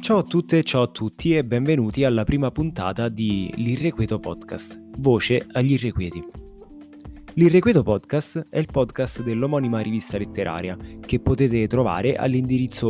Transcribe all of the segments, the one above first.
Ciao a tutte e ciao a tutti e benvenuti alla prima puntata di L'Irrequieto Podcast, voce agli irrequieti. L'Irrequieto Podcast è il podcast dell'omonima rivista letteraria che potete trovare all'indirizzo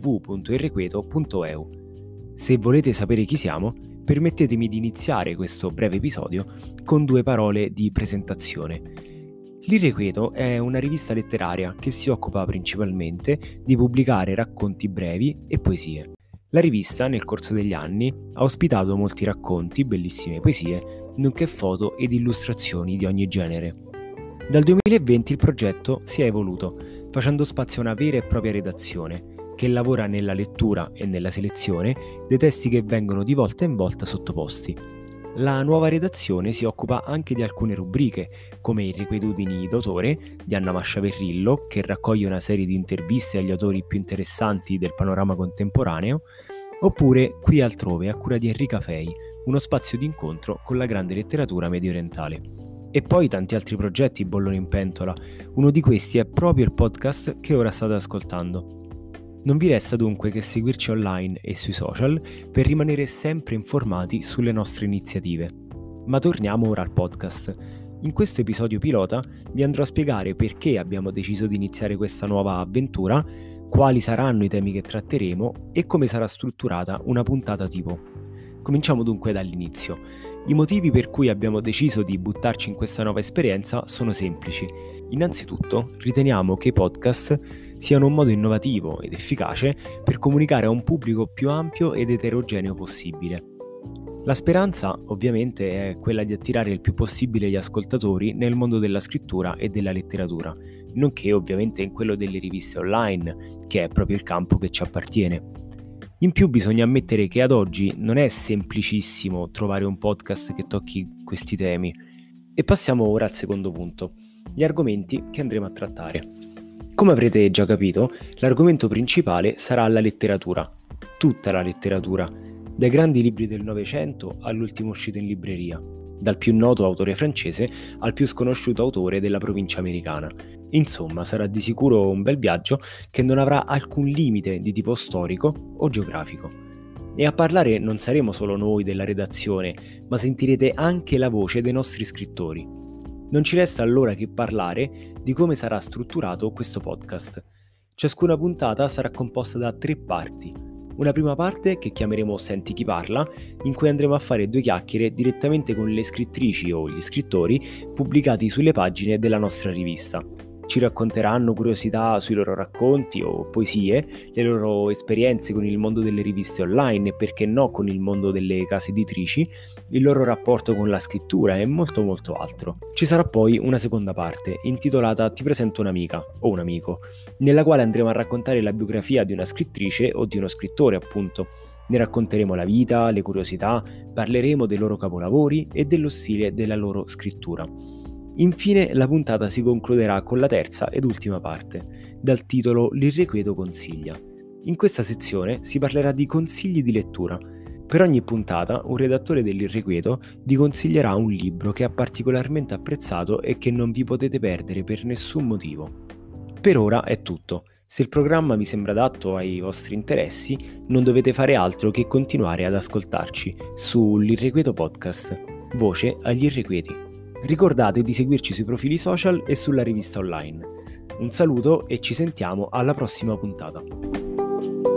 www.irrequieto.eu. Se volete sapere chi siamo, permettetemi di iniziare questo breve episodio con due parole di presentazione. L'Irrequieto è una rivista letteraria che si occupa principalmente di pubblicare racconti brevi e poesie. La rivista, nel corso degli anni, ha ospitato molti racconti, bellissime poesie, nonché foto ed illustrazioni di ogni genere. Dal 2020 il progetto si è evoluto, facendo spazio a una vera e propria redazione, che lavora nella lettura e nella selezione dei testi che vengono di volta in volta sottoposti. La nuova redazione si occupa anche di alcune rubriche, come Irrequietudini d'autore di Anna Mascia Perrillo, che raccoglie una serie di interviste agli autori più interessanti del panorama contemporaneo, oppure Qui altrove a cura di Enrica Fei, uno spazio di incontro con la grande letteratura mediorientale. E poi tanti altri progetti bollono in pentola, uno di questi è proprio il podcast che ora state ascoltando. Non vi resta dunque che seguirci online e sui social per rimanere sempre informati sulle nostre iniziative. Ma torniamo ora al podcast. In questo episodio pilota vi andrò a spiegare perché abbiamo deciso di iniziare questa nuova avventura, quali saranno i temi che tratteremo e come sarà strutturata una puntata tipo. Cominciamo dunque dall'inizio. I motivi per cui abbiamo deciso di buttarci in questa nuova esperienza sono semplici. Innanzitutto, riteniamo che i podcast siano un modo innovativo ed efficace per comunicare a un pubblico più ampio ed eterogeneo possibile. La speranza, ovviamente, è quella di attirare il più possibile gli ascoltatori nel mondo della scrittura e della letteratura, nonché ovviamente in quello delle riviste online, che è proprio il campo che ci appartiene. In più bisogna ammettere che ad oggi non è semplicissimo trovare un podcast che tocchi questi temi. E passiamo ora al secondo punto, gli argomenti che andremo a trattare. Come avrete già capito, l'argomento principale sarà la letteratura, tutta la letteratura, dai grandi libri del Novecento all'ultimo uscito in libreria, dal più noto autore francese al più sconosciuto autore della provincia americana. Insomma, sarà di sicuro un bel viaggio che non avrà alcun limite di tipo storico o geografico. E a parlare non saremo solo noi della redazione, ma sentirete anche la voce dei nostri scrittori. Non ci resta allora che parlare di come sarà strutturato questo podcast. Ciascuna puntata sarà composta da 3 parti. Una prima parte che chiameremo Senti chi parla, in cui andremo a fare 2 chiacchiere direttamente con le scrittrici o gli scrittori pubblicati sulle pagine della nostra rivista. Ci racconteranno curiosità sui loro racconti o poesie, le loro esperienze con il mondo delle riviste online e perché no con il mondo delle case editrici, il loro rapporto con la scrittura e molto altro. Ci sarà poi una seconda parte, intitolata Ti presento un'amica o un amico, nella quale andremo a raccontare la biografia di una scrittrice o di uno scrittore appunto. Ne racconteremo la vita, le curiosità, parleremo dei loro capolavori e dello stile della loro scrittura. Infine la puntata si concluderà con la terza ed ultima parte, dal titolo L'Irrequieto consiglia. In questa sezione si parlerà di consigli di lettura. Per ogni puntata un redattore dell'Irrequieto vi consiglierà un libro che ha particolarmente apprezzato e che non vi potete perdere per nessun motivo. Per ora è tutto. Se il programma vi sembra adatto ai vostri interessi, non dovete fare altro che continuare ad ascoltarci su L'Irrequieto Podcast, voce agli irrequieti. Ricordate di seguirci sui profili social e sulla rivista online. Un saluto e ci sentiamo alla prossima puntata.